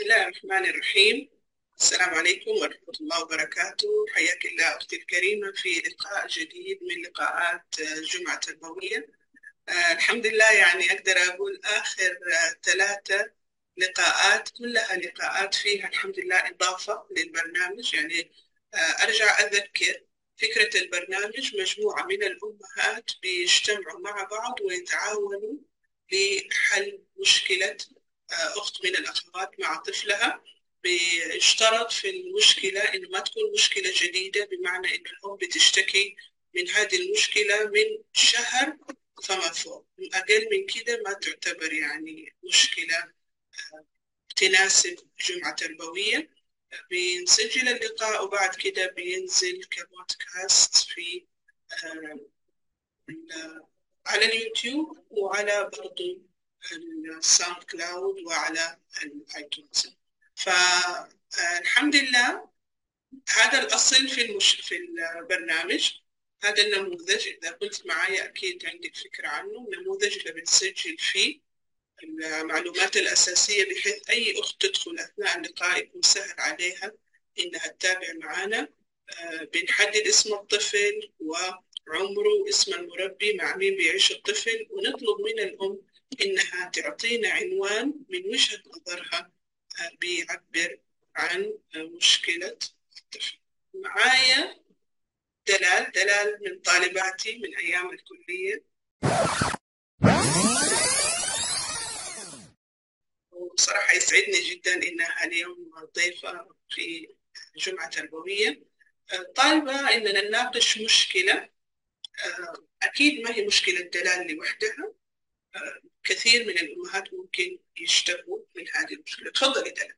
الله الرحمن الرحيم. السلام عليكم ورحمة الله وبركاته. حياك الله أختي الكريمة في لقاء جديد من لقاءات جمعة تربوية. الحمد لله، يعني أقدر أقول آخر 3 لقاءات كلها لقاءات فيها الحمد لله إضافة للبرنامج. يعني أرجع أذكر فكرة البرنامج: مجموعة من الأمهات بيجتمعوا مع بعض ويتعاونوا لحل مشكلة أخت من الأخوات مع طفلها. بيشترط في المشكلة إنه ما تكون مشكلة جديدة، بمعنى إن الأم بتشتكي من هذه المشكلة من شهر فما فوق. أقل من كده ما تعتبر يعني مشكلة تناسب جمعة تربوية. بنسجل اللقاء وبعد كده بينزل كبودكاست في آه، على اليوتيوب، وعلى برضو الساوند كلاود، وعلى الايتونز. فالحمد لله، هذا الأصل في البرنامج. هذا النموذج، إذا قلت معايا أكيد عندك فكرة عنه. النموذج اللي بنسجل فيه المعلومات الأساسية، بحيث أي أخت تدخل أثناء اللقاء يكون سهل عليها إنها تتابع معنا. بنحدد اسم الطفل وعمره، اسم المربي، مع مين بيعيش الطفل، ونطلب من الأم إنها تعطينا عنوان من وجهة نظرها بيعبر عن مشكلة الطفل. معايا دلال من طالباتي من أيام الكلية، وبصراحة يسعدني جدا إنها اليوم ضيفة في جمعة تربوية. طالبة إننا نناقش مشكلة. أكيد ما هي مشكلة دلال لوحدها. كثير من الأمهات ممكن يشتكوا من هذه المشكلة. تفضلي دلال.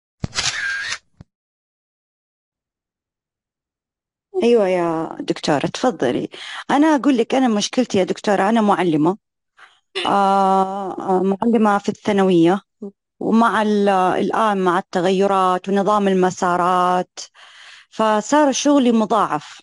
أيوة يا دكتورة تفضلي. أنا أقول لك، أنا مشكلتي يا دكتورة، أنا معلمة. مم. معلمة في الثانوية، ومع الآن مع التغيرات ونظام المسارات فصار شغلي مضاعف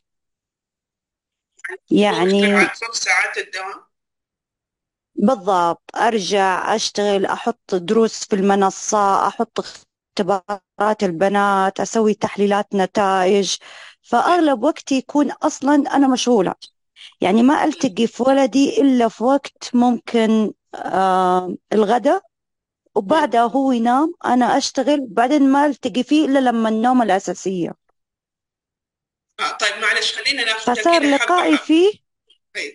يعني. فوق ساعات الدوام. بالضبط، أرجع أشتغل، أحط دروس في المنصة، أحط اختبارات البنات، أسوي تحليلات نتائج، مم. فأغلب وقتي يكون أصلا أنا مشغولة. يعني ما مم. ألتقي في ولدي إلا في وقت ممكن الغداء، مم. وبعدها هو ينام أنا أشتغل، بعدين ما ألتقي فيه إلا لما النوم الأساسية. طيب معلش، خلينا ناخدها فصار كده حبة لقائي حبة. فيه. طيب.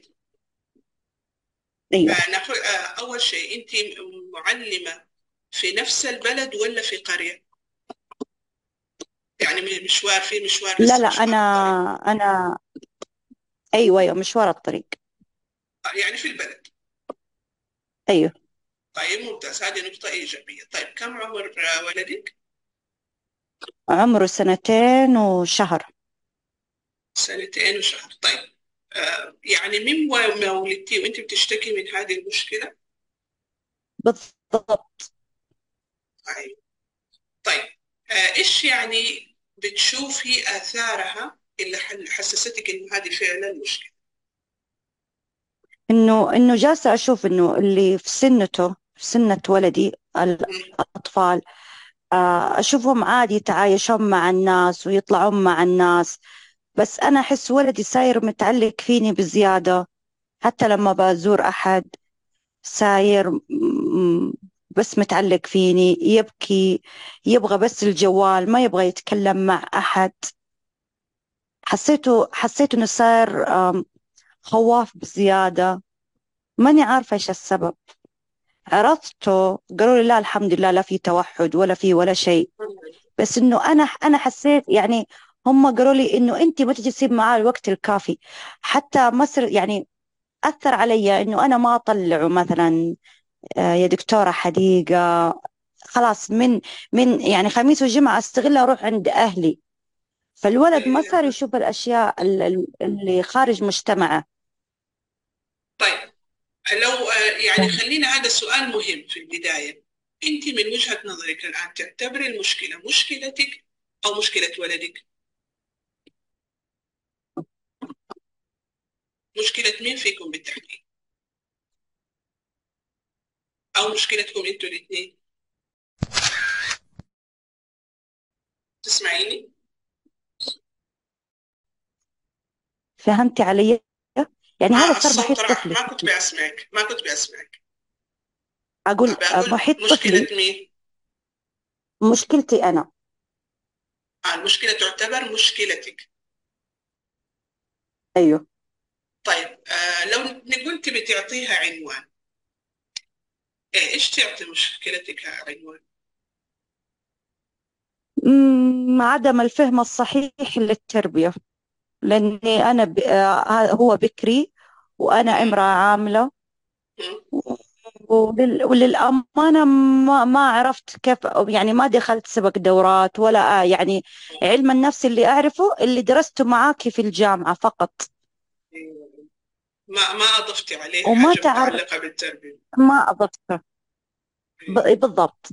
أيوه. ناخد أول شيء، أنت معلمة في نفس البلد ولا في قرية؟ يعني مشوار، في مشوار، لا لسه لا، مشوار الطريق. أنا أيوه أيوه، مشوار الطريق. يعني في البلد. أيوه. طيب ممتاز، هذه نقطة إيجابية. طيب كم عمر ولدك؟ عمره 2 وشهر. 2 وشهر. طيب. يعني من ما ولدتي وأنت بتشتكي من هذه المشكلة؟ بالضبط. طيب. طيب. إيش يعني بتشوفي آثارها اللي حسستك إنه هذه فعلا مشكلة؟ إنه جالسة أشوف إنه اللي في سنته، في سنة ولدي، مم. الأطفال، أشوفهم عادي يتعايشون مع الناس ويطلعون مع الناس، بس أنا أحس ولدي صاير متعلق فيني بزيادة. حتى لما بزور أحد صاير بس متعلق فيني، يبكي، يبغى بس الجوال، ما يبغى يتكلم مع أحد. حسيته إنه صار خواف بزيادة. ماني عارفة إيش السبب. عرضته، قالوا لي لا الحمد لله، لا في توحد ولا في ولا شيء. بس انه انا حسيت يعني، هم قالوا لي انه انت ما تجلسين معاه الوقت الكافي. حتى مصر يعني اثر علي انه انا ما اطلعه مثلا يا دكتورة حديقة. خلاص، من يعني خميس وجمعة استغل اروح عند اهلي. فالولد ما صار يشوف الاشياء اللي خارج مجتمعه. طيب. لو يعني خلينا، هذا سؤال مهم في البداية. أنت من وجهة نظرك الآن تعتبري المشكلة مشكلتك أو مشكلة ولدك؟ مشكلة مين فيكم بالتحديد؟ أو مشكلتكم أنتوا الاثنين؟ تسمعيني؟ فهمتي علي؟ يعني هذا صار الصوت محيط راح، طفلي. ما كنت بأسمعك. أقول بقول محيط مشكلة طفلي. مين؟ مشكلتي أنا. المشكلة تعتبر مشكلتك. أيوه. طيب لو قلت بتعطيها عنوان، إيش تعطي مشكلتك عنوان؟ عدم الفهم الصحيح للتربية، لأني أنا هو بكري وأنا مم. امرأة عاملة. مم. وللأمانة ما عرفت كيف، يعني ما دخلت سبق دورات ولا يعني علم النفس اللي أعرفه اللي درسته معاكي في الجامعة فقط. ما أضفتي عليه وما حاجة تعرف، متعلقة بالتربية. ما أضفته. أيوة. بالضبط.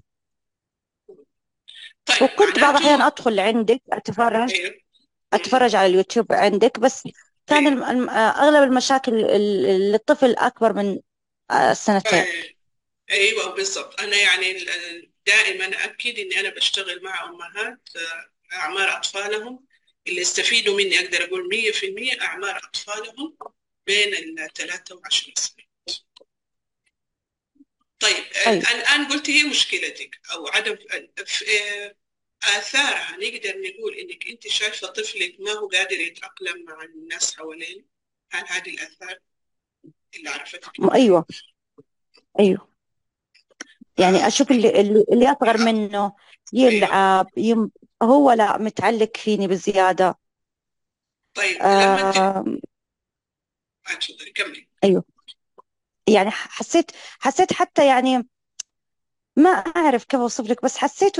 طيب وكنت بعض الأحيان معناته. أدخل عندك أتفرج، أيوه. مم. أتفرج على اليوتيوب عندك، بس كان أيوه. أغلب المشاكل للطفل أكبر من سنتين. أيوه بالضبط. أنا يعني دائما أكيد إني أنا بشتغل مع أمهات أعمار أطفالهم اللي يستفيدوا مني، أقدر أقول 100% أعمار أطفالهم بين 3 و10 سنين. طيب أيوة. الآن قلت هي مشكلتك أو عدم آثارها، نقدر نقول إنك أنت شايفة طفلك ما هو قادر يتأقلم مع الناس حواليه. هل هذه الآثار اللي عرفتك إنه فيه؟ أيوة. أيوة. يعني أشوف طيب. اللي أصغر منه أيوه. يلعب هو لا متعلق فيني بزيادة. طيب لما أنت آه... تفضلي كملي. أيوة. يعني حسيت حتى يعني ما أعرف كيف أوصف لك، بس حسيت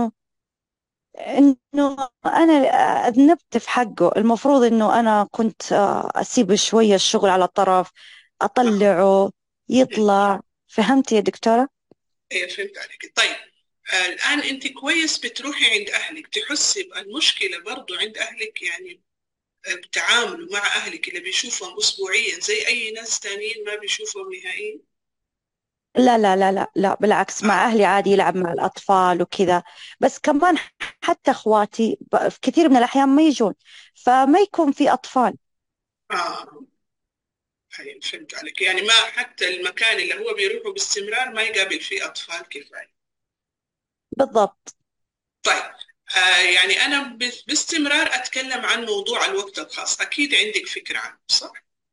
إنه أنا أذنبت في حقه. المفروض إنه أنا كنت أسيب شوية الشغل على طرف، آه. أطلعه يطلع. فهمتي يا دكتورة؟ ايه فهمت عليك. طيب الآن أنت كويس بتروحي عند أهلك، تحسي بالمشكلة برضو عند أهلك يعني بتعاملوا مع أهلك اللي بيشوفهم أسبوعيا زي أي ناس تانيين ما بيشوفهم نهائيا؟ لا لا لا لا لا، بالعكس، مع آه. أهلي عادي يلعب مع الأطفال وكذا. بس كمان حتى أخواتي في كثير من الأحيان ما يجون، فما يكون في أطفال. آه. هي فهمت عليك، يعني ما حتى المكان اللي هو بيروحه باستمرار ما يقابل فيه أطفال كفاية. بالضبط. طيب يعني أنا باستمرار أتكلم عن موضوع الوقت الخاص، أكيد عندك فكرة عنه صح؟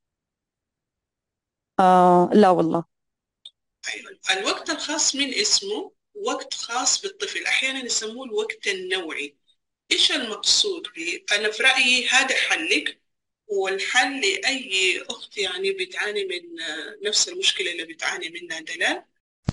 لا والله. أيوة. الوقت الخاص من اسمه وقت خاص بالطفل، أحيانا يسموه الوقت النوعي. إيش المقصود به؟ أنا في رأيي هذا حلك، والحل لأي أخت يعني بتعاني من نفس المشكلة اللي بتعاني منها دلال.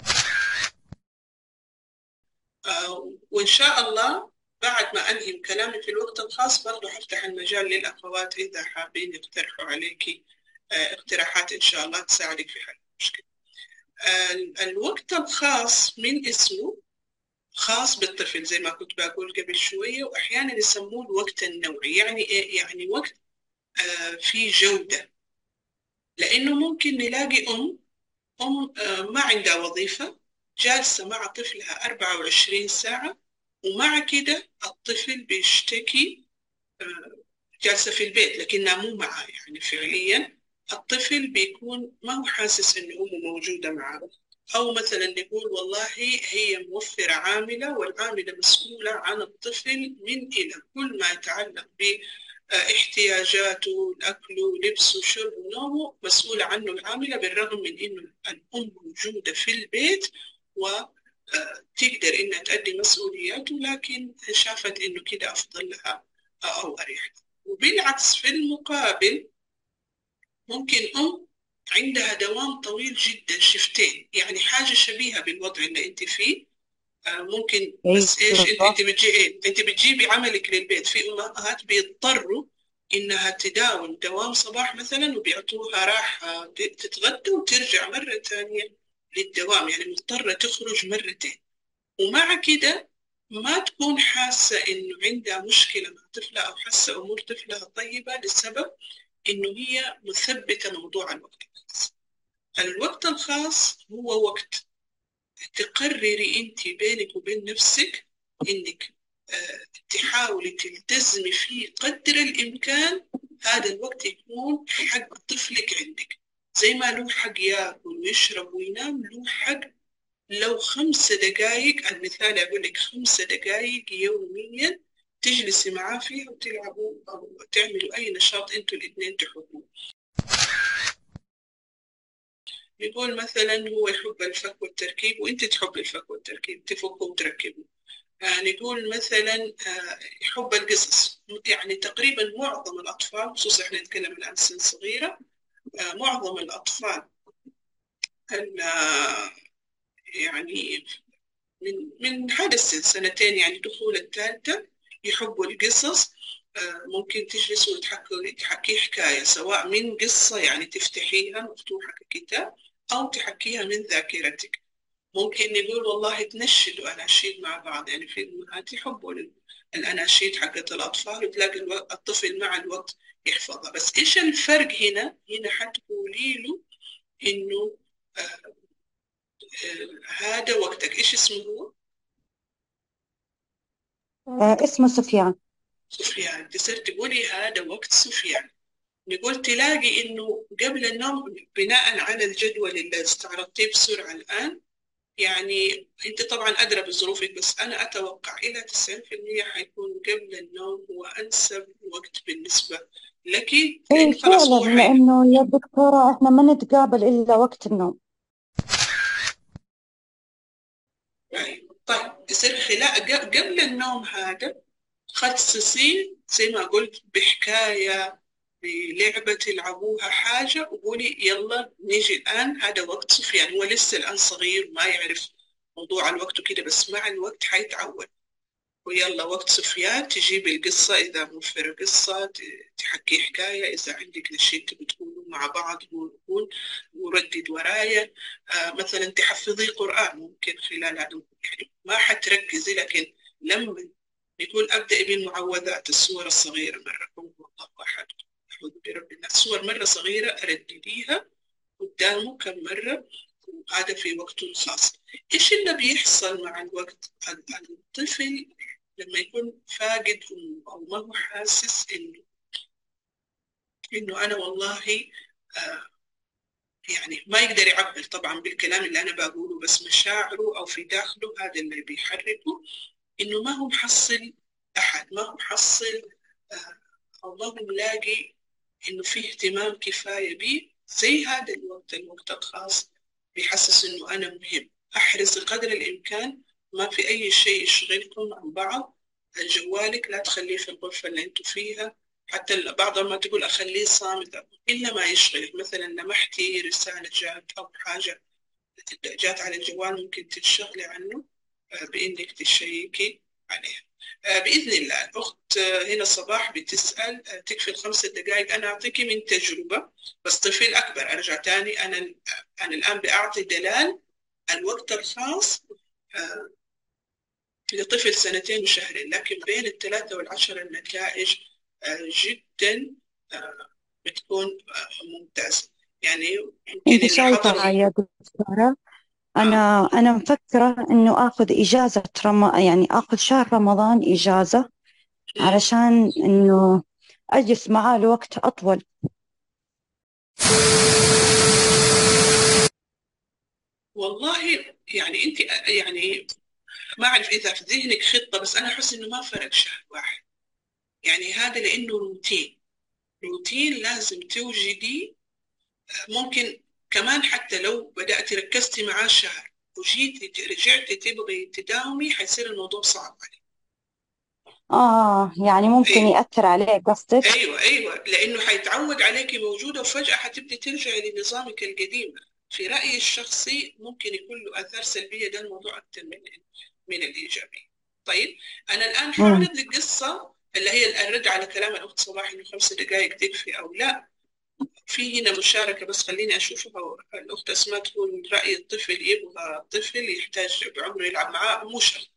وإن شاء الله بعد ما أنهي كلامي في الوقت الخاص برضه هفتح المجال للأخوات إذا حابين يقترحوا عليك اقتراحات إن شاء الله تساعدك في حل المشكلة. الوقت الخاص من اسمه خاص بالطفل زي ما كنت بقول قبل شوية، وأحيانا يسموه الوقت النوعي. يعني إيه؟ يعني وقت فيه جودة. لأنه ممكن نلاقي أم ما عندها وظيفة، جالسة مع طفلها 24 ساعة، ومع كده الطفل بيشتكي. جالسة في البيت لكنها مو معاه، يعني فعليا الطفل بيكون ما هو حاسس إن أمه موجودة معاه. أو مثلا نقول والله هي موفرة عاملة، والعاملة مسؤولة عن الطفل من إلى كل ما يتعلق باحتياجاته، أكله، لبسه، شربه، نومه، مسؤولة عنه العاملة، بالرغم من إنه الأم موجودة في البيت وتقدر إنها تؤدي مسؤولياته، لكن شافت إنه كده أفضل لها أو أريح. وبالعكس في المقابل ممكن عندها دوام طويل جدا، شفتين، يعني حاجة شبيهة بالوضع اللي انت فيه. ممكن، بس ايش أيوة. انت بتجيبي عملك للبيت. في امهات بيضطروا انها تداوم دوام صباح مثلا وبيعطوها راحة تتغدى وترجع مرة ثانية للدوام، يعني مضطرة تخرج مرتين. ومع كده ما تكون حاسة إنه عندها مشكلة مع طفلها أو حاسة أمور طفلها طيبة، لسبب إنه هي مثبتة موضوع الوقت الخاص. الوقت الخاص هو وقت تقرري أنت بينك وبين نفسك إنك تحاولي تلتزمي فيه قدر الإمكان، هذا الوقت يكون حق طفلك عندك. زي ما له حق ياكل ويشرب وينام، له حق لو 5 دقائق، المثال أقول لك 5 دقائق يوميا تجلسي معاه فيها وتلعبوا أو تعملوا أي نشاط أنتوا الاثنين تحبوه. يقول مثلا هو يحب الفك والتركيب وأنت تحب الفك والتركيب، تفكوا وتركبوا. نقول مثلا يحب القصص. يعني تقريبا معظم الأطفال، خصوصا احنا نتكلم الآن سن صغيرة، معظم الأطفال يعني من هذا السن، سنتين يعني دخول الثالثة، يحبوا القصص. ممكن تجلسوا تحكي حكاية، سواء من قصة يعني تفتحيها مفتوحة ككتاب، أو تحكيها من ذاكرتك. ممكن نقول والله تنشدوا أناشيد مع بعض، يعني في أمهات يحبوا الأناشيد حقت الأطفال، وتلاقي الطفل مع الوقت يحفظها. بس إيش الفرق هنا؟ هنا حتقولي له إنه هذا وقتك. إيش اسمه هو؟ اسمه سفيان. سفيان. تصير تقولي هذا وقت سفيان. نقول تلاقي إنه قبل النوم، بناء على الجدول اللي استعرضتيه بسرعة الآن، يعني أنت طبعا أدرى بظروفك، بس أنا أتوقع إلى 90% حيكون قبل النوم هو أنسب وقت بالنسبة لك، ايه لأنه خلاص فعلا، هو لانه يا دكتورة احنا ما نتقابل الا وقت النوم. طيب يصير قبل النوم هذا خصصيه زي ما قلت بحكاية، بلعبة تلعبوها، حاجة، وقولي يلا نيجي الآن هذا وقت سفيان. هو لسه الآن صغير ما يعرف موضوع الوقت وكده، بس مع الوقت حيتعود. ويلا وقت سفيان تجيب القصة، إذا موفرة قصة تحكي حكاية، إذا عندك نشيد بتقولوا مع بعض قول وردد ورايا. مثلا تحفظي قرآن ممكن خلال هذا، يعني ما حتركزي، لكن لما يقول أبدأ بالمعوذات، السور الصغيرة مرة، قل هو الله أحد، أعوذ برب الناس، سور مرة صغيرة ردديها قدامه كم مرة، وهذا في وقت خاص. إيش اللي بيحصل مع الوقت؟ الطفل لما يكون فاقد أو ما هو حاسس إنه أنا والله آه يعني ما يقدر يعبر طبعا بالكلام اللي أنا بقوله، بس مشاعره أو في داخله هذا اللي بيحركه، إنه ما هو محصل أحد، ما هو محصل أو ما هو ملاقي إنه في اهتمام كفاية بيه. زي هذا الوقت الخاص بيحسس إنه أنا مهم. أحرص قدر الإمكان ما في أي شيء يشغلكم عن بعض. جوالك لا تخليه في الغرفة اللي أنتوا فيها، حتى بعض ما تقول أخليه صامت، إلا ما يشغلك. مثلا لمحتي رسالة جات أو حاجة جات على الجوال، ممكن تتشغلي عنه بإنك تشيكي عليه. بإذن الله. الأخت هنا صباح بتسأل تكفي ال5 دقائق؟ أنا أعطيك من تجربة، بس طفل أكبر أرجع تاني، أنا الآن بأعطي دلال الوقت الخاص لطفل 2 وشهرين، لكن بين ال3 وال10 النتائج جدا بتكون ممتازة. يعني يمكن انت اللي شايفة حضروا. يا دكتورة، انا مفكرة انه اخذ اجازة يعني اخذ شهر رمضان اجازة، علشان انه اجلس معاه لوقت اطول. والله يعني أنت يعني ما أعرف إذا في ذهنك خطة، بس أنا أحس إنه ما فرق شهر واحد. يعني هذا لأنه روتين لازم توجدي. ممكن كمان حتى لو بدأتي ركزتي معاه شهر وجيتي رجعتي تبغي تداومي، حيصير الموضوع صعب عليك. يعني ممكن أيوه يأثر عليه قصدك؟ أيوه، لأنه حيتعود عليكي موجودة، وفجأة حتبدي ترجعي لنظامك القديم. في رأيي الشخصي ممكن يكون له آثار سلبية، ده الموضوع أكثر من الإيجابي. طيب أنا الآن مم. حاعرض لك قصة اللي هي الرد على كلام الأخت صباح إنه 5 دقائق تكفي أو لا. في هنا مشاركة، بس خليني أشوفها. الأخت أسماء تقول رأي الطفل يبغى طفل يحتاج بعمره يلعب معاه، مو شرط.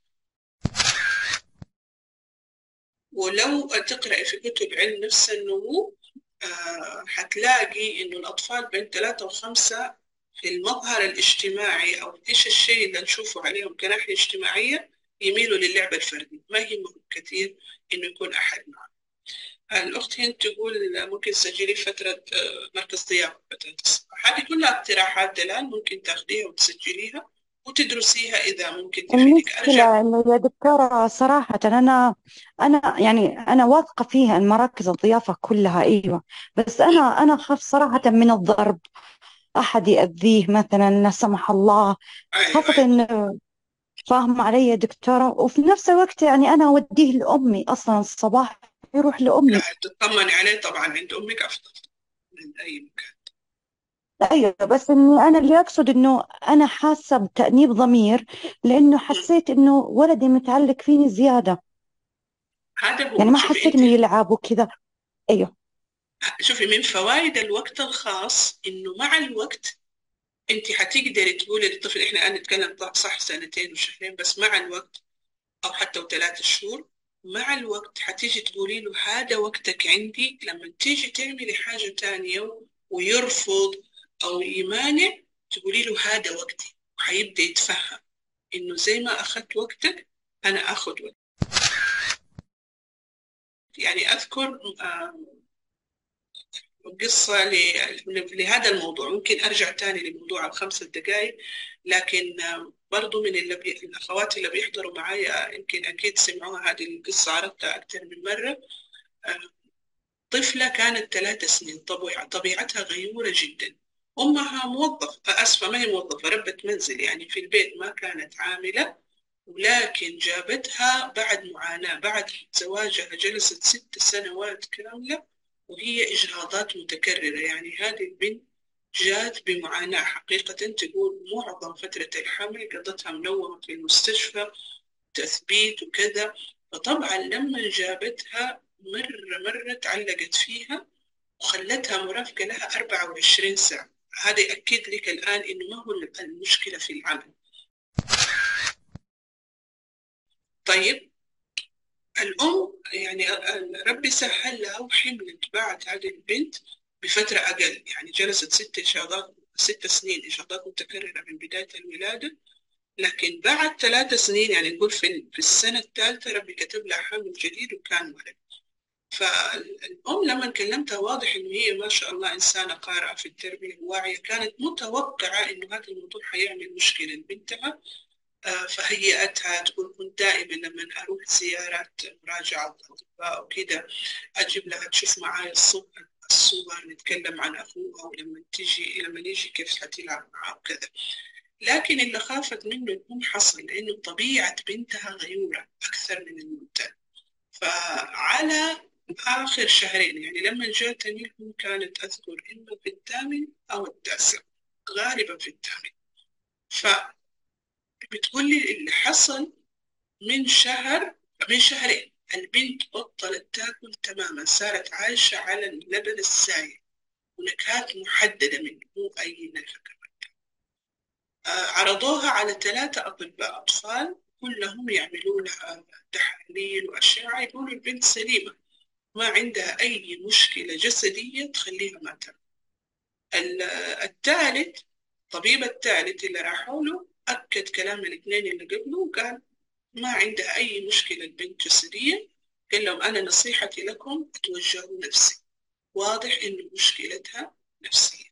ولو تقرأي في كتب علم نفس النمو هتلاقي إنه الأطفال بين 3 و5 في المظهر الاجتماعي، أو إيش الشيء اللي نشوفه عليهم كناحية اجتماعية، يميلوا للعبة الفردية، ما يهمهم كثير إنه يكون أحد معه. الأخت هند تقول ممكن تسجلي فترة مركز ضيافة فترة الصباح. هذه كلها اقتراحات دلال، ممكن تاخديها وتسجليها وتدرسيها إذا ممكن تفيدك. أرجع. المشكلة إنه يا دكتورة صراحة أنا يعني أنا واثقة فيها المراكز الضيافة كلها، أيوة. بس أنا أخاف صراحة من الضرب، أحد يأذيه مثلا لا سمح الله. أيوة خاصة أيوة. إنه فاهمة علي يا دكتورة، وفي نفس الوقت يعني أنا أوديه لأمي أصلا الصباح، يروح لا، لأمي. تطمني عليه طبعا عند أمك أفضل من أي مكان. أيوة، بس إني أنا اللي أقصد إنه أنا حاسة بتأنيب ضمير، لأنه مم. حسيت إنه ولدي متعلق فيني زيادة. هذا يعني هو. ما شوفي حسيت أنت، إنه يلعب وكذا. أيوة. شوفي من فوائد الوقت الخاص إنه مع الوقت أنت حتقدري تقولي للطفل، إحنا الآن نتكلم صح سنتين وشهرين، بس مع الوقت أو حتى وثلاث شهور، مع الوقت حتيجي تقولي له هذا وقتك عندي. لما تيجي تعملي حاجة تانية ويرفض أو يمانع، تقولي له هذا وقتي، وحيبدأ يتفهم إنه زي ما أخذت وقتك أنا أخذ وقت. يعني أذكر قصة لهذا الموضوع، ممكن أرجع تاني لموضوع الخمس دقائق، لكن برضو من الأخوات اللي بيحضروا معايا يمكن أكيد سمعوها هذه القصة، عرضتها أكثر من مرة. آه، طفلة كانت 3 سنين، طبيعتها غيورة جدا. أمها موظفة، أسفة ما هي موظفة، ربة منزل يعني في البيت، ما كانت عاملة. ولكن جابتها بعد معاناة، بعد زواجها جلست 6 سنوات كاملة وهي إجهاضات متكررة. يعني هذه البنت جات بمعاناة حقيقة، تقول معظم فترة الحمل قضتها منومة في المستشفى، تثبيت وكذا. فطبعا لما جابتها مرة تعلقت فيها وخلتها مرافقة لها 24 ساعة. هذا يأكد لك الآن إنه ما هو المشكلة في العمل. طيب الأم يعني ربي سهل لها وحملت بعد هذه البنت بفترة أقل، يعني جلست 6 إجهاضات، 6 سنين إجهاضات متكررة من بداية الولادة. لكن بعد 3 سنين، يعني نقول في السنة الثالثة، ربي كتب لها حمل جديد وكان ولد. فالأم لما كلمتها واضح إنه هي ما شاء الله إنسانة قارئة في التربية واعية، كانت متوقعة إنه هذا الموضوع حيعمل مشكلة لبنتها. فهيئتها تقول كنت دائما لما أروح زيارات مراجعة أطباء وكذا أجيب لها تشوف معايا الصور نتكلم عن أخوها، ولما لما يجي كيف حتلعب معاه وكذا. لكن اللي خافت منه الأم حصل، لأنه طبيعة بنتها غيورة أكثر من المعتاد. فعلى آخر شهرين، يعني لما جاتني الأم كانت أذكر إما في الثامن أو التاسع، غالبا في الثامن. فبتقول لي اللي حصل من شهرين البنت بطلت تاكل تماما، صارت عايشة على اللبن السائل ونكهات محددة منه، مو أي نكهة كمان. عرضوها على 3 أطباء أطفال كلهم يعملوا لها تحاليل وأشعة، يقولوا البنت سليمة، ما عندها أي مشكلة جسدية تخليها ما تاكل. الثالث، الطبيب الثالث اللي راحوا له أكد كلام الاثنين اللي قبله، وقال ما عندها أي مشكلة البنت جسديا. قال لهم أنا نصيحتي لكم توجهوا نفسي، واضح إن مشكلتها نفسية.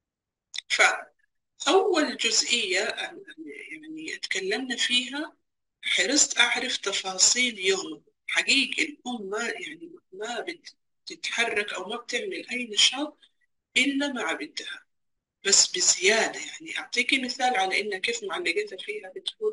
فأول جزئية يعني تكلمنا فيها، حرصت أعرف تفاصيل يومه. حقيقي الأم ما يعني ما بتتحرك أو ما بتعمل أي نشاط إلا مع بنتها، بس بزيادة. يعني أعطيكي مثال على إن كيف معلقتها فيها، بتقول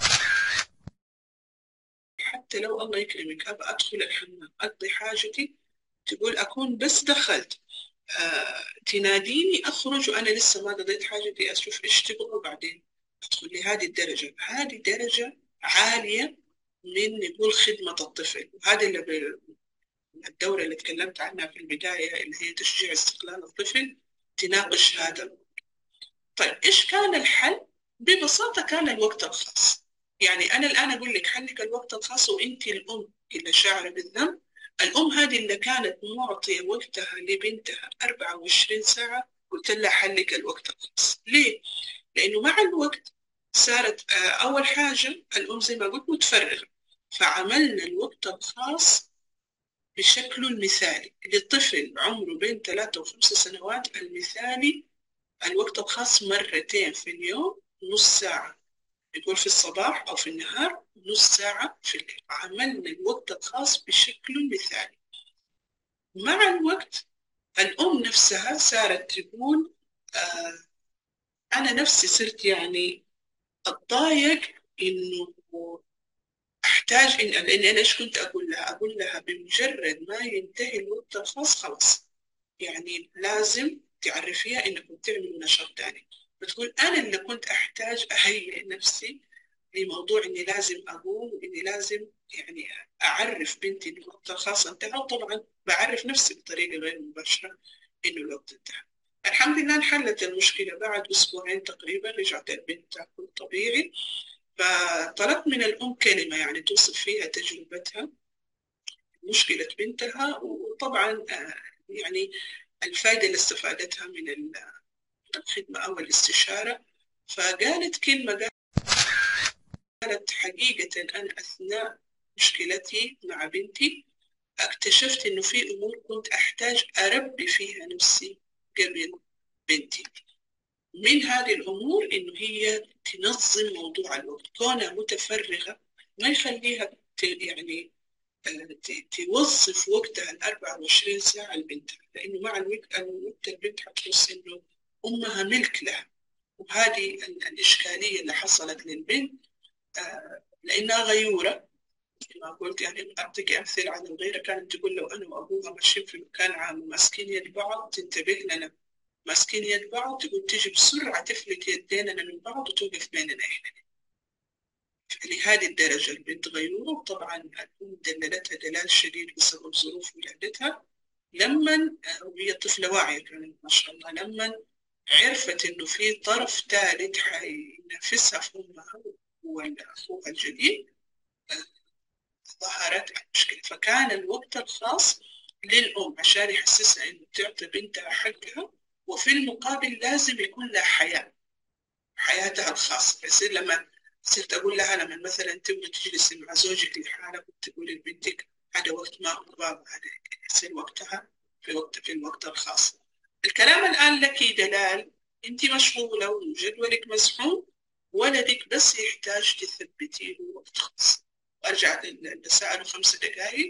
حتى لو الله يكرمك أبى أدخل الحمام أقضي حاجتي، تقول أكون بس دخلت تناديني أخرج وأنا لسه ما قضيت حاجتي، أشوف إيش تبغى وبعدين أدخل. لهذه الدرجة، هذه درجة عالية من نقول خدمة الطفل. وهذا اللي الدورة اللي تكلمت عنها في البداية، اللي هي تشجيع استقلال الطفل، تناقش هذا. طيب إيش كان الحل؟ ببساطة كان الوقت الخاص. يعني أنا الآن أقول لك حلك الوقت الخاص، وأنت الأم اللي شاعرة بالذنب. الأم هذه اللي كانت معطية وقتها لبنتها 24 ساعة، قلت لها حلك الوقت الخاص. ليه؟ لأنه مع الوقت صارت أول حاجة الأم زي ما قلت متفرغة، فعملنا الوقت الخاص بشكله المثالي للطفل عمره بين 3 و5 سنوات. المثالي الوقت الخاص مرتين في اليوم، نص ساعة يقول في الصباح أو في النهار، نص ساعة في الليل. عملنا الوقت الخاص بشكله المثالي. مع الوقت الأم نفسها صارت تقول آه أنا نفسي صرت يعني أتضايق إنه أحتاج لأن أنا إيش كنت أقول لها بمجرد ما ينتهي الوقت الخاص خلاص، يعني لازم تعرفيها إنكم تعملوا نشاط تاني. بتقول أنا اللي كنت أحتاج أهيئ نفسي لموضوع إني لازم أقوم وإني لازم يعني أعرف بنتي إن الوقت الخاص انتهى، وطبعا بعرف نفسي بطريقة غير مباشرة إنه الوقت انتهى. الحمد لله انحلت المشكلة بعد أسبوعين تقريبا، رجعت البنت تاكل طبيعي. فطلبت من الأم كلمة يعني توصف فيها تجربتها، مشكلة بنتها، وطبعا يعني الفائدة اللي استفادتها من الخدمة أو الاستشارة. فقالت كلمة، قالت حقيقة أنا أثناء مشكلتي مع بنتي اكتشفت إنه في أمور كنت أحتاج أربي فيها نفسي قبل بنتي. من هذه الأمور إنه هي تنظم موضوع الوقت، كونها متفرغة ما يخليها يعني توظف وقتها 24 ساعة لبنتها، لأنه مع الوقت البنت حتحس إنه أمها ملك لها. وهذه الإشكالية اللي حصلت للبنت لأنها غيورة كما قلت. يعني أعطيك أمثلة عن الغيرة، كانت تقول لو أنا وأبوها ماشيين في مكان عام وماسكين يد بعض تنتبه لنا، ماسكين يد بعض تقول تجي بسرعة تفلت يدينا من بعض وتوقف بيننا إحنا. لهذه الدرجة البنت غيورة. وطبعا الأم دللتها دلال شديد بسبب ظروف ولادتها. لما وهي طفلة واعية كانت ما شاء الله، لما عرفت إنه في طرف ثالث حينافسها في أمها هو أخوها الجديد، ظهرت المشكلة. فكان الوقت الخاص للأم عشان يحسسها إنه تعطي بنتها حقها، وفي المقابل لازم يكون لها حياتها الخاصة. يصير لما صرت أقول لها لما مثلا تبغي تجلسي مع زوجك لحالك وتقولي لبنتك هذا وقت ما هو بابا، هذا يصير وقتها في الوقت الخاص. الكلام الآن لك دلال، أنت مشغولة وجدولك مزحوم، ولدك بس يحتاج تثبتي له وقت خاص. وأرجع لساعة 5 دقائق.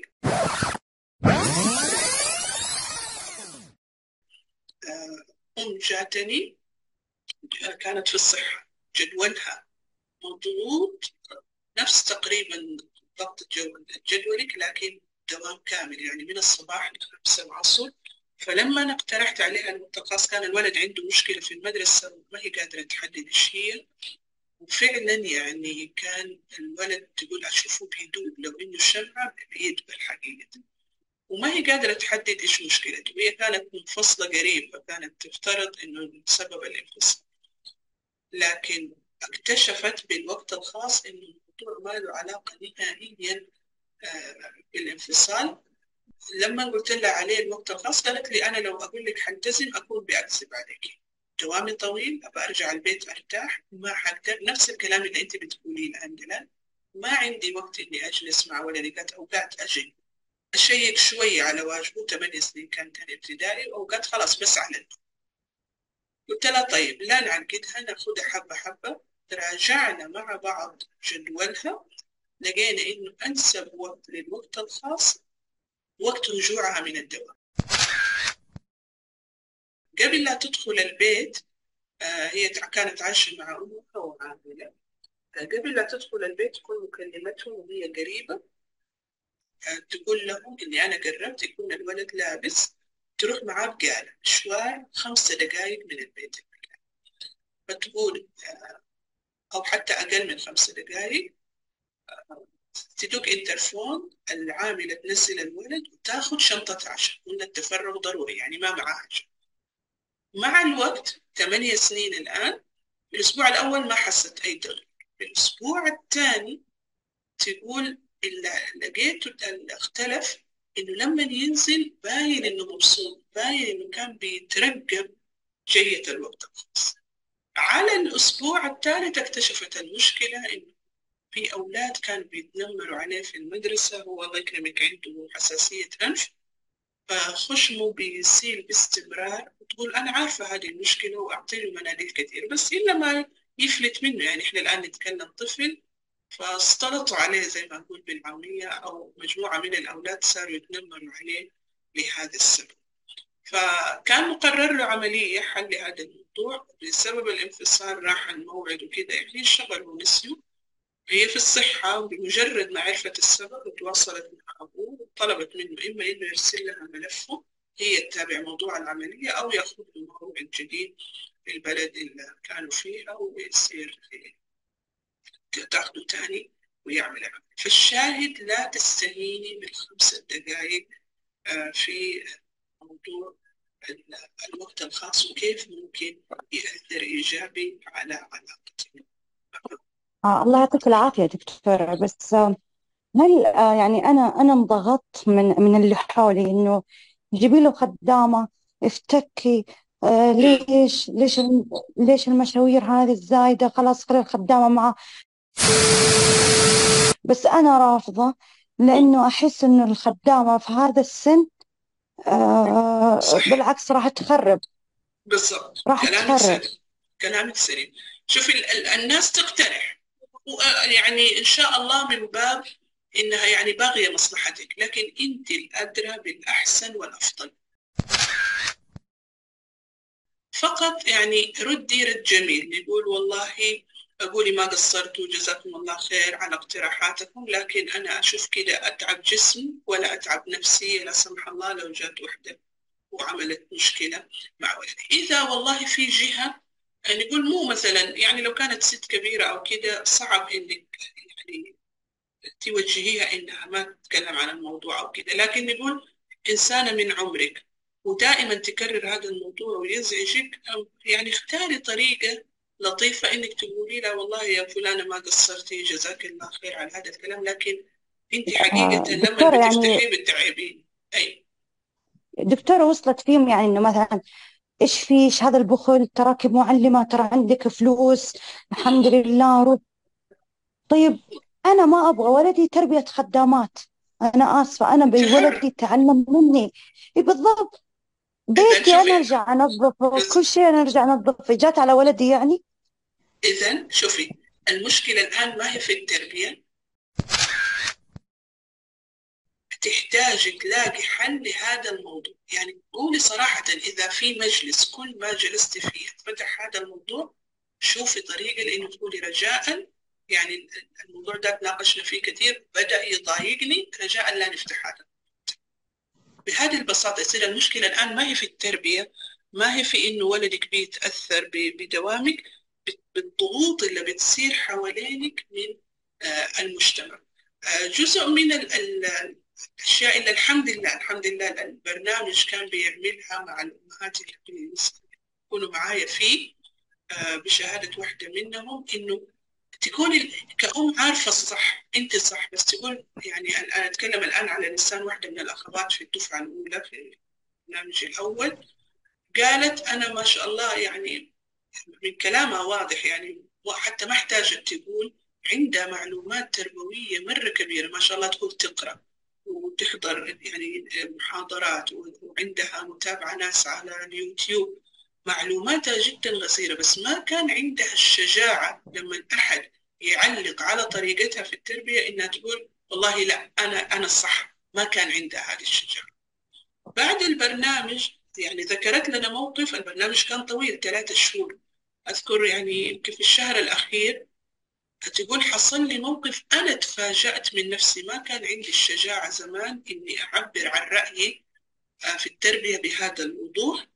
أم جاتني كانت في الصحة، جدولها مضغوط نفس تقريبا ضبط جدولك، لكن دوام كامل يعني من الصباح ل5 العصر. فلما أنا اقترحت عليها الوقت، كان الولد عنده مشكلة في المدرسة وما هي قادرة تحدد إيش هي. وفعلا يعني كان الولد تقول أشوفه بيدوب، لو إنه شمعة بيدبل حقيقة، وما هي قادرة تحدد إيش مشكلته. هي كانت منفصلة قريب، فكانت تفترض إنه سبب الانفصال، لكن اكتشفت بالوقت الخاص إنه الموضوع ما له علاقة نهائيا بالانفصال. لما قلت لها عليه الوقت الخاص قالت لي أنا لو أقول لك حلتزم أكون بأكذب عليك، دوامي طويل، أبى أرجع البيت أرتاح، ما حقدر. نفس الكلام اللي أنت بتقوليه عندنا، ما عندي وقت إني أجلس مع ولدي. أوقات أجي أشيك شوية على واجبه، 8 سنين كان ابتدائي، وأوقات خلاص بس على النوم. قلت لها طيب لا نعقدها، ناخدها حبة حبة. راجعنا مع بعض جدولها، لقينا إنه أنسب وقت للوقت الخاص وقت رجوعها من الدوام. قبل لا تدخل البيت هي كانت عايشة مع أمها وعاملة. قبل لا تدخل البيت تكون مكلمتهم وهي قريبة، تقول لهم إني أنا قربت يكون الولد لابس، تروح معاه بقالة مشوار 5 دقائق من البيت. فتقول أو حتى أقل من 5 دقائق، تدق انترفون، العاملة تنزل الولد وتاخذ شنطة عشاء، قلنا التفرغ ضروري يعني ما معها حاجة. مع الوقت 8 سنين الآن، الأسبوع الأول ما حست أي تغيير. الأسبوع الثاني تقول اللي لقيته اللي اختلف إنه لما ينزل باين إنه مبسوط، باين إنه كان بيترقب جية الوقت الخاص. على الأسبوع الثالث اكتشفت المشكلة إنه في أولاد كانوا بيتنمروا عليه في المدرسة، هو الله يكرمك عنده حساسية أنف، فخشمه بيسيل باستمرار، وتقول أنا عارفة هذه المشكلة وأعطي له مناديل كثير بس إلا ما يفلت منه. يعني إحنا الآن نتكلم طفل، فاستلطوا عليه زي ما نقول بالعامية، أو مجموعة من الأولاد صاروا يتنمروا عليه لهذا السبب. فكان مقرر له عملية حل لهذا الموضوع. بسبب الانفصال راح عن موعد وكذا، يعني انشغل ونسيوا. هي في الصحة بمجرد ما عرفت السبب تواصلت مع أبوه وطلبت منه إما إنه يرسل لها ملفه هي تتابع موضوع العملية، أو يأخذ له موعد جديد في البلد اللي كانوا فيها ويصير تاخده تاني ويعمل عمل. فالشاهد لا تستهيني بال5 دقائق في موضوع الوقت الخاص، وكيف ممكن يأثر إيجابي على علاقتك. الله يعطيك العافية دكتورة. بس هل يعني أنا انضغطت من اللي حولي إنه جيبي له خدامة، افتكي، ليش المشاوير هذه الزايدة، خلاص خلي الخدامة معه. بس أنا رافضة، لأنه أحس إنه الخدامة في هذا السن صحيح، بالعكس راح تخرب. بالضبط، راح كلامك تخرب. سليم، كلامك سليم. شوفي الناس تقترح، يعني إن شاء الله من باب إنها يعني باغية مصلحتك، لكن أنت الأدرى بالأحسن والأفضل. فقط يعني ردي رد جميل، يقول والله أقولي ما قصرتوا جزاكم الله خير على اقتراحاتكم، لكن أنا أشوف كده أتعب جسمي ولا أتعب نفسي لا سمح الله لو جات وحدة وعملت مشكلة مع ولدي. إذا والله في جهة، يعني نقول مو مثلا، يعني لو كانت ست كبيرة أو كده صعب إنك يعني توجهيها إنها ما تتكلم عن الموضوع أو كده، لكن نقول إنسانة من عمرك ودائما تكرر هذا الموضوع ويزعجك، أو يعني اختاري طريقة لطيفة إنك تقولي لها والله يا فلانة ما قصرتي جزاك الله خير على هذا الكلام، لكن أنت حقيقة لما دكتورة يعني بتفتحيه بتتعبين. أي دكتورة وصلت فيهم يعني إنه مثلا إيش فيش هذا البخل، تراك معلمة، ترى عندك فلوس الحمد لله، روح. طيب أنا ما أبغى ولدي تربية خدامات، أنا آسفة، أنا أنت بي ولدي حرة. يتعلم مني. إيه بالضبط، إذا بيتي أنا شوفي، أرجع أنظفه، كل بس شيء أنا أرجع أنظفه، جات على ولدي يعني. إذا شوفي، المشكلة الآن ما هي في التربية، تحتاج تلاقي حل لهذا الموضوع. يعني قولي صراحة، إذا في مجلس كل ما جلست فيه فتح هذا الموضوع، شوفي طريقة لأنه تقولي رجاء، يعني الموضوع ده تناقشنا فيه كثير، بدأ يضايقني، رجاء لا نفتح هذا. بهذه البساطة يصير المشكلة الآن ما هي في التربية، ما هي في إنه ولدك بيتأثر بدوامك، بالضغوط اللي بتصير حوالينك من المجتمع. جزء من الأشياء اللي الحمد لله الحمد لله البرنامج كان بيعملها مع الأمهات اللي بيكونوا معايا فيه، بشهادة واحدة منهم، إنه تكون كأم عارفة الصح، أنت صح، بس تقول يعني أنا أتكلم الآن على لسان واحدة من الأخوات في الدفعة الأولى في البرنامج الأول، قالت أنا ما شاء الله يعني من كلامها واضح، يعني وحتى ما احتاجت تقول، عندها معلومات تربوية مرة كبيرة ما شاء الله، تقول تقرأ وتحضر يعني محاضرات، وعندها متابعة ناس على اليوتيوب، معلوماتها جدا غزيرة، بس ما كان عندها الشجاعة لما أحد يعلق على طريقتها في التربية إنها تقول والله لا أنا الصح، ما كان عندها هذه الشجاعة. بعد البرنامج يعني ذكرت لنا موقف، البرنامج كان طويل 3 شهور، أذكر يعني يمكن في الشهر الأخير تقول حصل لي موقف أنا تفاجأت من نفسي، ما كان عندي الشجاعة زمان إني أعبر عن رأيي في التربية بهذا الوضوح.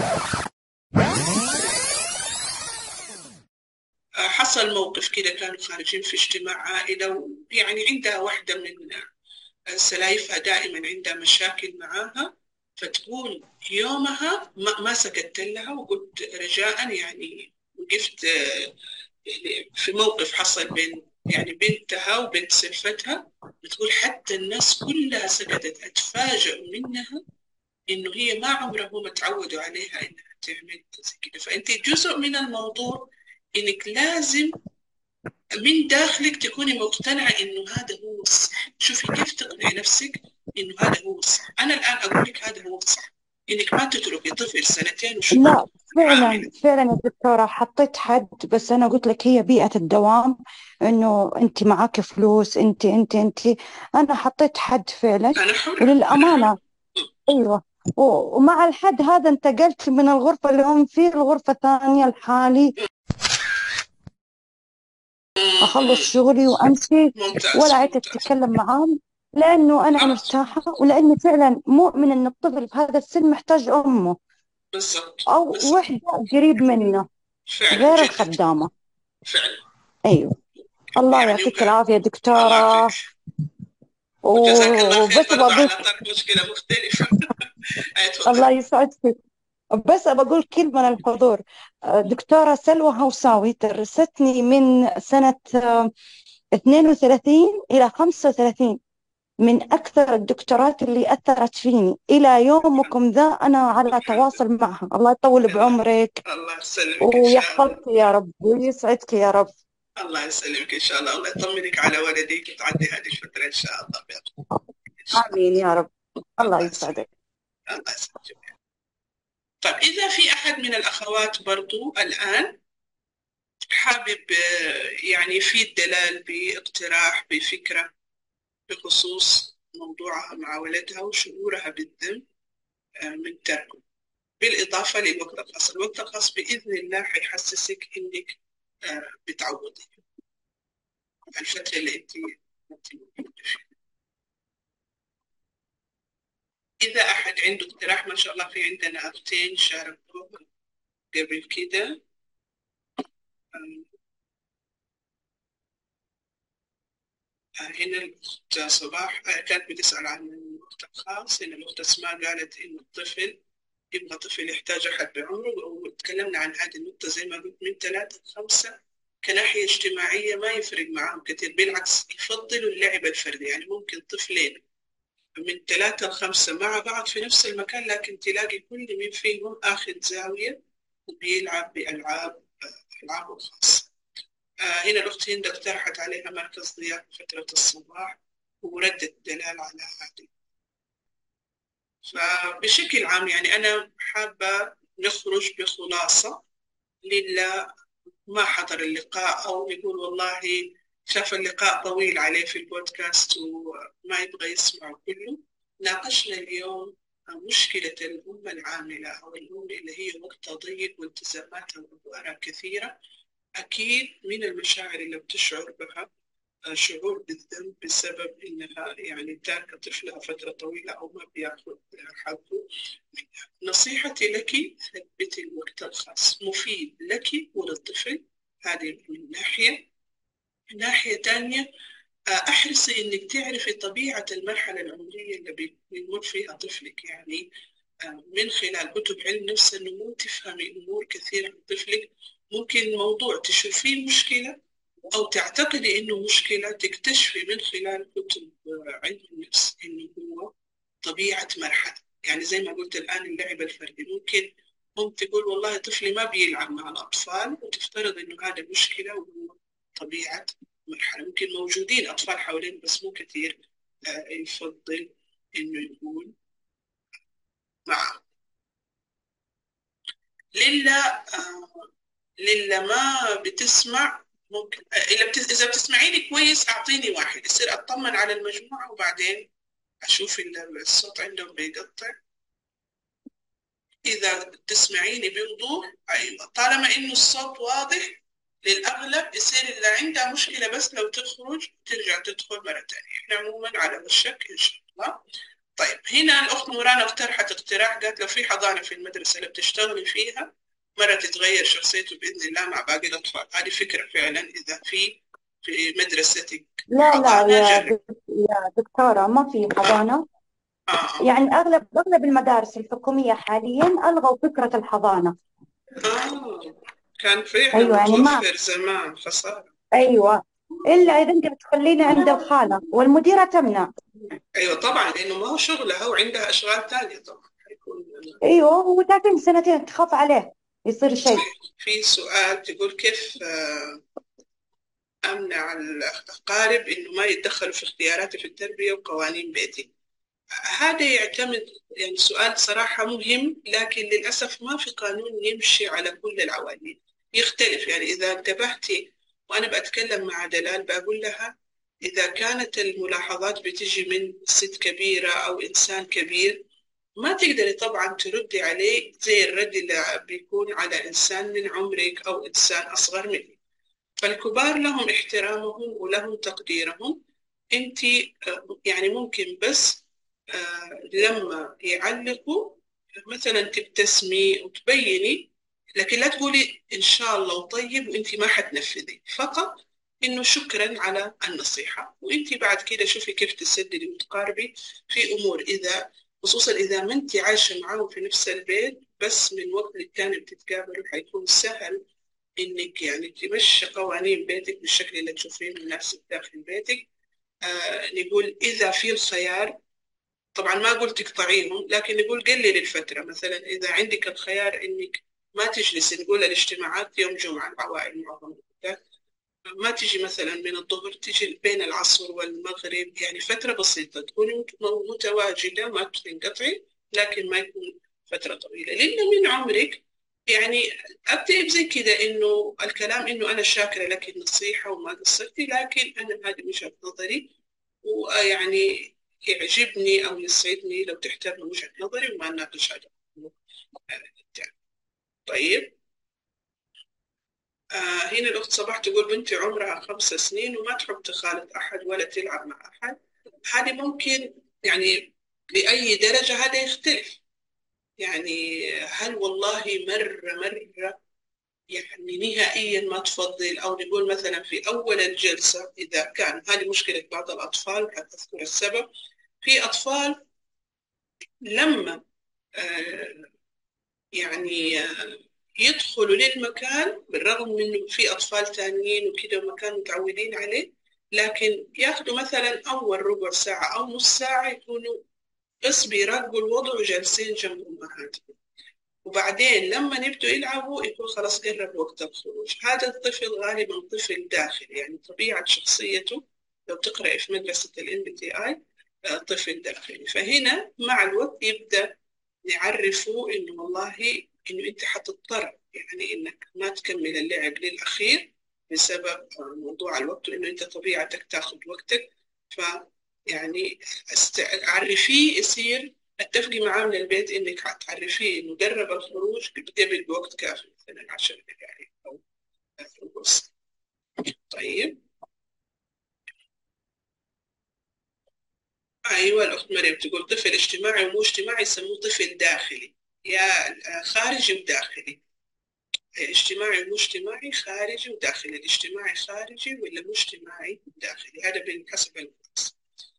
حصل موقف كده، كانوا خارجين في اجتماع عائلة، ويعني عندها واحدة من سلايفها دائما عندها مشاكل معاها، فتقول يومها ما سكت لها، وقلت رجاء يعني وقفت في موقف حصل بين يعني بنتها وبنت سلفتها، بتقول حتى الناس كلها سكتت، اتفاجئوا منها انه هي ما عمرهم تعودوا عليها انها تعمل زي كده. فانت جزء من الموضوع إنك لازم من داخلك تكوني مقتنعة إنه هذا هو الصح. شوفي كيف تقنعي نفسك إنه هذا هو الصح. أنا الآن أقول لك هذا هو الصح، إنك ما تتركي طفل 2 وشهور لا فعلا حامل. فعلا يا دكتورة حطيت حد، بس أنا قلت لك هي بيئة الدوام، إنه أنت معك فلوس، أنت أنا حطيت حد فعلا. أنا حرة، أنا حرة. وللأمانة أيوة، ومع الحد هذا انتقلت من الغرفة اللي هم فيه الغرفة الثانية لحالي، أخلص شغلي وأمشي، ولا ممتاز عدت ممتاز. أتكلم معاهم، لأنه أنا خلاص، مرتاحة، ولأني فعلا مؤمن إن الطفل في هذا السن محتاج أمه بالضبط أو بالضبط. وحدة قريب منه فعلا غير جدا، الخدامة. فعلا. أيوة. الله يعني يعطيك العافية الله دكتورة. يعافيك، وجزاك الله خير وبس برضه بقول على طرح مشكلة مختلفة. أي الله تفضلي. يسعدك، بس بقول كلمة للحضور. دكتورة سلوى هوساوي درستني من سنة 32 إلى 35، من أكثر الدكتورات اللي أثرت فيني إلى يومكم ذا. أنا على الحمد تواصل معها. الله يطول لله. بعمرك الله يسلمك إن شاء الله. ويحفظك يا رب ويسعدك يا رب. الله يسلمك إن شاء الله. الله يطمنك على ولدك وتعدي هذه الفترة إن شاء الله بخير. إن شاء الله. آمين يا رب. الله الله يسلمك. يسعدك. الله يسلمك. طيب إذا في أحد من الأخوات برضو الآن حابب يعني يفيد دلال باقتراح بفكرة بخصوص موضوعها مع ولدها وشعورها بالذنب من تركه، بالإضافة للوقت الخاص. الوقت الخاص بإذن الله حيحسسك إنك بتعوضي الفترة اللي أنت موجودة فيها. إذا أحد عنده اقتراح، ما شاء الله في عندنا أختين شاركوها قبل كده. هنا الأخت صباح كانت بتسأل عن الوقت الخاص. هنا الأخت أسماء قالت إنه الطفل يبغى طفل يحتاج أحد بعمره، وتكلمنا عن هذه النقطة زي ما قلت من 3 ل5. كناحية اجتماعية ما يفرق معاهم كثير، بالعكس يفضلوا اللعب الفردي. يعني ممكن طفلين من 3 ل5 مع بعض في نفس المكان، لكن تلاقي كل من فيهم آخذ زاوية وبيلعب ألعابه الخاصة. هنا الأخت هند اقترحت عليها مركز ضياء فترة الصباح، وردت دلال على هذه. فبشكل عام يعني أنا حابة نخرج بخلاصة لله ما حضر اللقاء، أو يقول والله شاف اللقاء طويل عليه في البودكاست وما يبغى يسمعه كله. ناقشنا اليوم مشكلة الأم العاملة أو الأم اللي هي وقتها ضيق والتزاماتها وأدوارها كثيرة. أكيد من المشاعر اللي بتشعر بها شعور بالذنب بسبب إنها يعني تاركة طفلها فترة طويلة أو ما بياخذ حقه منها. نصيحتي لك ثبتي الوقت الخاص، مفيد لك وللطفل. هذه من ناحية. من ناحية تانية احرصي إنك تعرفي طبيعة المرحلة العمرية اللي بيمر فيها طفلك. يعني من خلال كتب علم نفس النمو تفهمي أمور كثيرة عن طفلك. ممكن موضوع تشوفيه مشكلة أو تعتقدي إنه مشكلة، تكتشفي من خلال كتب علم النفس إنه هو طبيعة مرحلة. يعني زي ما قلت الآن اللعب الفردي، ممكن تقول والله طفلي ما بيلعب مع الأطفال، وتفترض إنه هذا مشكلة وهو طبيعة مرحلة. ممكن موجودين أطفال حوالين بس مو كثير يفضل إنه يكون معه. للا ما بتسمع، ممكن إذا بتسمعيني كويس أعطيني واحد يصير أطمن على المجموعة، وبعدين أشوف الصوت عندهم بيقطع. إذا تسمعيني بوضوح أيوة، طالما إنه الصوت واضح للأغلب يصير اللي عندها مشكلة بس لو تخرج ترجع تدخل مرة تانية. إحنا عموما على وشك إن شاء الله. طيب هنا الأخت نورانا اقترحت اقتراح، قالت لو في حضانة في المدرسة اللي بتشتغلي فيها مرة تتغير شخصيته بإذن الله مع باقي الأطفال. هذه فكرة فعلا، إذا في مدرستك لا لا حضانة يا جرب. يا دكتورة، ما في حضانة. يعني أغلب المدارس الحكومية حاليا ألغوا فكرة الحضانة. كان فعلا أيوة يعني ما متوفر زمان، خسارة. أيوة، إلا إذا أنت بتخلينا عند الخالة والمديرة تمنع. أيوة طبعا، لأنه ما هو شغلها وعندها أشغال ثانية طبعا حيكون. أيوة، وتعطيني 2 سنين تخاف عليه. يصير شيء. في سؤال تقول كيف أمنع الأقارب إنه ما يتدخلوا في اختياراتي في التربية وقوانين بيتي. هذا يعتمد، يعني سؤال صراحة مهم، لكن للأسف ما في قانون يمشي على كل العوائل، يختلف. يعني إذا انتبهتي وأنا بتكلم مع دلال بقول لها إذا كانت الملاحظات بتجي من ست كبيرة أو إنسان كبير ما تقدري طبعا تردي عليه زي الرد اللي بيكون على إنسان من عمرك أو إنسان أصغر منك. فالكبار لهم احترامهم ولهم تقديرهم. انت يعني ممكن بس لما يعلقوا مثلا تبتسمي وتبيني، لكن لا تقولي ان شاء الله وطيب وانت ما حتنفذي، فقط انه شكرا على النصيحة، وانت بعد كده شوفي كيف تسددي وتقاربي في امور، اذا خصوصا اذا ما انت عايشة معاهم في نفس البيت، بس من وقت للتاني بتتقابلوا حيكون سهل انك يعني تمشي قوانين بيتك بالشكل اللي تشوفيه مناسب داخل بيتك. نقول اذا في الخيار، طبعا ما قلت تقطعيهم، لكن نقول قلل الفترة. مثلا اذا عندك الخيار انك ما تجلسي، نقول الاجتماعات يوم جمعة العوائل معظم الوقت، ما تجي مثلا من الظهر، تجي بين العصر والمغرب، يعني فترة بسيطة تكوني متواجدة، ما تنقطعي لكن ما يكون فترة طويلة. لأن من عمرك يعني أبدأ بزي كده إنه الكلام إنه أنا شاكرة لك النصيحة وما قصرتي، لكن أنا هذه وجهة نظري، ويعني يعجبني أو يسعدني لو تحترم وجهة نظري وما نناقش هذا. طيب. هنا الأخت صباح تقول بنتي عمرها 5 سنين وما تحب تخالط أحد ولا تلعب مع أحد. هذه ممكن يعني لأي درجة هذا يختلف. يعني هل والله مرة يعني نهائيا ما تفضل، أو نقول مثلا في أول الجلسة إذا كان هذه مشكلة بعض الأطفال، أذكر السبب. في أطفال لما آه، يعني يدخلوا للمكان بالرغم من انه في اطفال تانيين وكده ومكان متعودين عليه، لكن ياخدوا مثلا اول ربع ساعة او نص ساعة يكونوا بس بيراقبوا الوضع وجالسين جنب امهاتهم، وبعدين لما يبدوا يلعبوا يكون خلاص قرب وقت الخروج. هذا الطفل غالبا طفل داخلي، يعني طبيعة شخصيته لو تقرأ في مدرسة الMBTI طفل داخلي. فهنا مع الوقت يبدأ نعرفه انه والله انه انت حتضطر يعني انك ما تكمل اللعب للاخير بسبب موضوع الوقت، وانه انت طبيعتك تاخذ وقتك. ف يعني عرفيه، يصير اتفقي معاه من البيت انك تعرفيه انه قرب الخروج قبل بوقت كافي، مثلا 10 دقائق او ربع ساعة. طيب. ايوه الاخت مريم تقول طفل اجتماعي ومو اجتماعي يسموه طفل داخلي، يا خارجي وداخلي. اجتماعي ومو اجتماعي، خارجي وداخلي. الاجتماعي خارجي ولا مو اجتماعي داخلي، هذا بحسب الناس.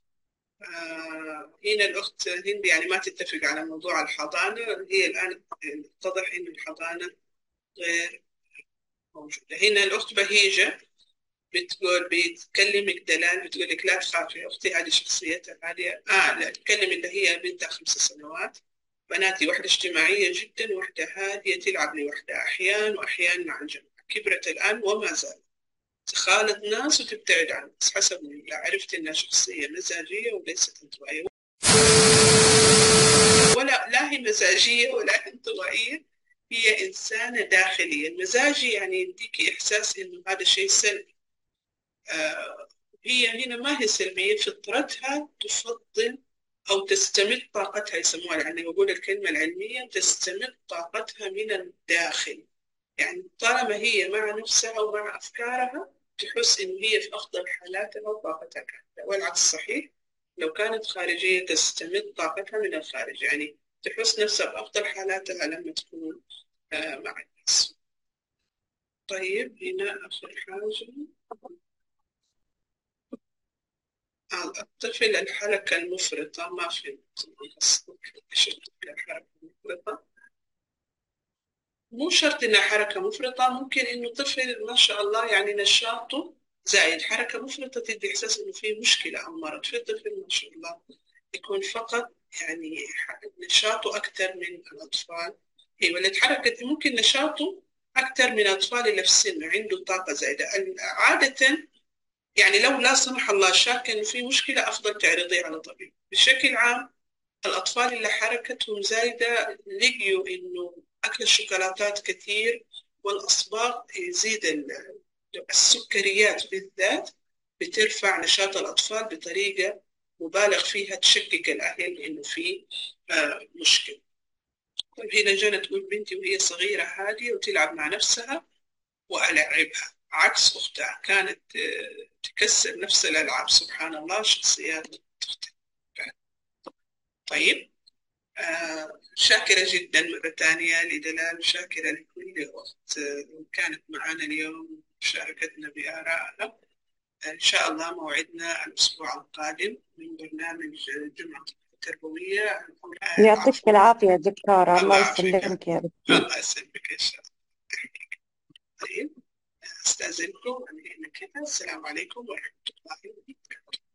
هنا الأخت هند يعني ما تتفق على موضوع الحضانة، هي الآن اتضح إن الحضانة غير موجودة. هنا الأخت بهيجة بتقول بتكلمك دلال، بتقول لك لا تخافي أختي هذه شخصيتها هادية. لا تكلم اللي هي بنتها 5 سنوات. بناتي واحدة اجتماعية جدا، واحدة هادية تلعب لوحدها أحيان وأحيان مع الجماعة، كبرت الآن وما زالت تخالط ناس وتبتعد عن ناس حسب ما عرفت إنها شخصية مزاجية وليست انطوائية، ولا لا هي مزاجية ولا انطوائية، هي إنسانة داخلية. المزاجي يعني يديكي إحساس إنه هذا شيء سلبي. هي هنا ما هي سلبية، فطرتها تفضل أو تستمد طاقتها، يسموها يعني بقول الكلمة العلمية تستمد طاقتها من الداخل. يعني طالما هي مع نفسها ومع أفكارها تحس إن هي في أفضل حالاتها وطاقتها كاملة، والعكس صحيح. لو كانت خارجية تستمد طاقتها من الخارج، يعني تحس نفسها بأفضل حالاتها لما تكون مع الناس. طيب هنا آخر حاجة، الطفل الحركة المفرطة، ما فهمت قصدك إيش الطفل الحركة المفرطة. مو شرط إنها حركة مفرطة، ممكن إنه طفل ما شاء الله يعني نشاطه زايد. حركة مفرطة تدي إحساس إنه في مشكلة أو مرض. في طفل ما شاء الله يكون فقط يعني نشاطه أكثر من الأطفال، أيوة، اللي تحركت ممكن نشاطه أكثر من الأطفال اللي في السن عنده طاقة زايدة عادة. يعني لو لا سمح الله شاك إنه في مشكلة، أفضل تعرضيه على طبيب. بشكل عام الأطفال اللي حركتهم زايدة لقيوا إنه أكل الشوكولاتات كثير والأصباغ يزيد السكريات بالذات بترفع نشاط الأطفال بطريقة مبالغ فيها، تشكك الأهل إنه في مشكلة. طيب هنا جانا تقول بنتي وهي صغيرة هادية وتلعب مع نفسها وألعبها، عكس أختها كانت تكسر نفس الألعاب. سبحان الله، شخصيات تختلف. طيب شاكرة جدا مرة ثانية لدلال، شاكرة لكل أخت كانت معنا اليوم شاركتنا بآرائها. إن شاء الله موعدنا الأسبوع القادم من برنامج جمعة التربوية. يعطيك عفوا، العافية دكتورة، الله الله يعافيك. يسلمك يا رب. الله يسلمك إن شاء الله. طيب أستأذنكم أنهينا كذا. السلام عليكم ورحمة الله وبركاته.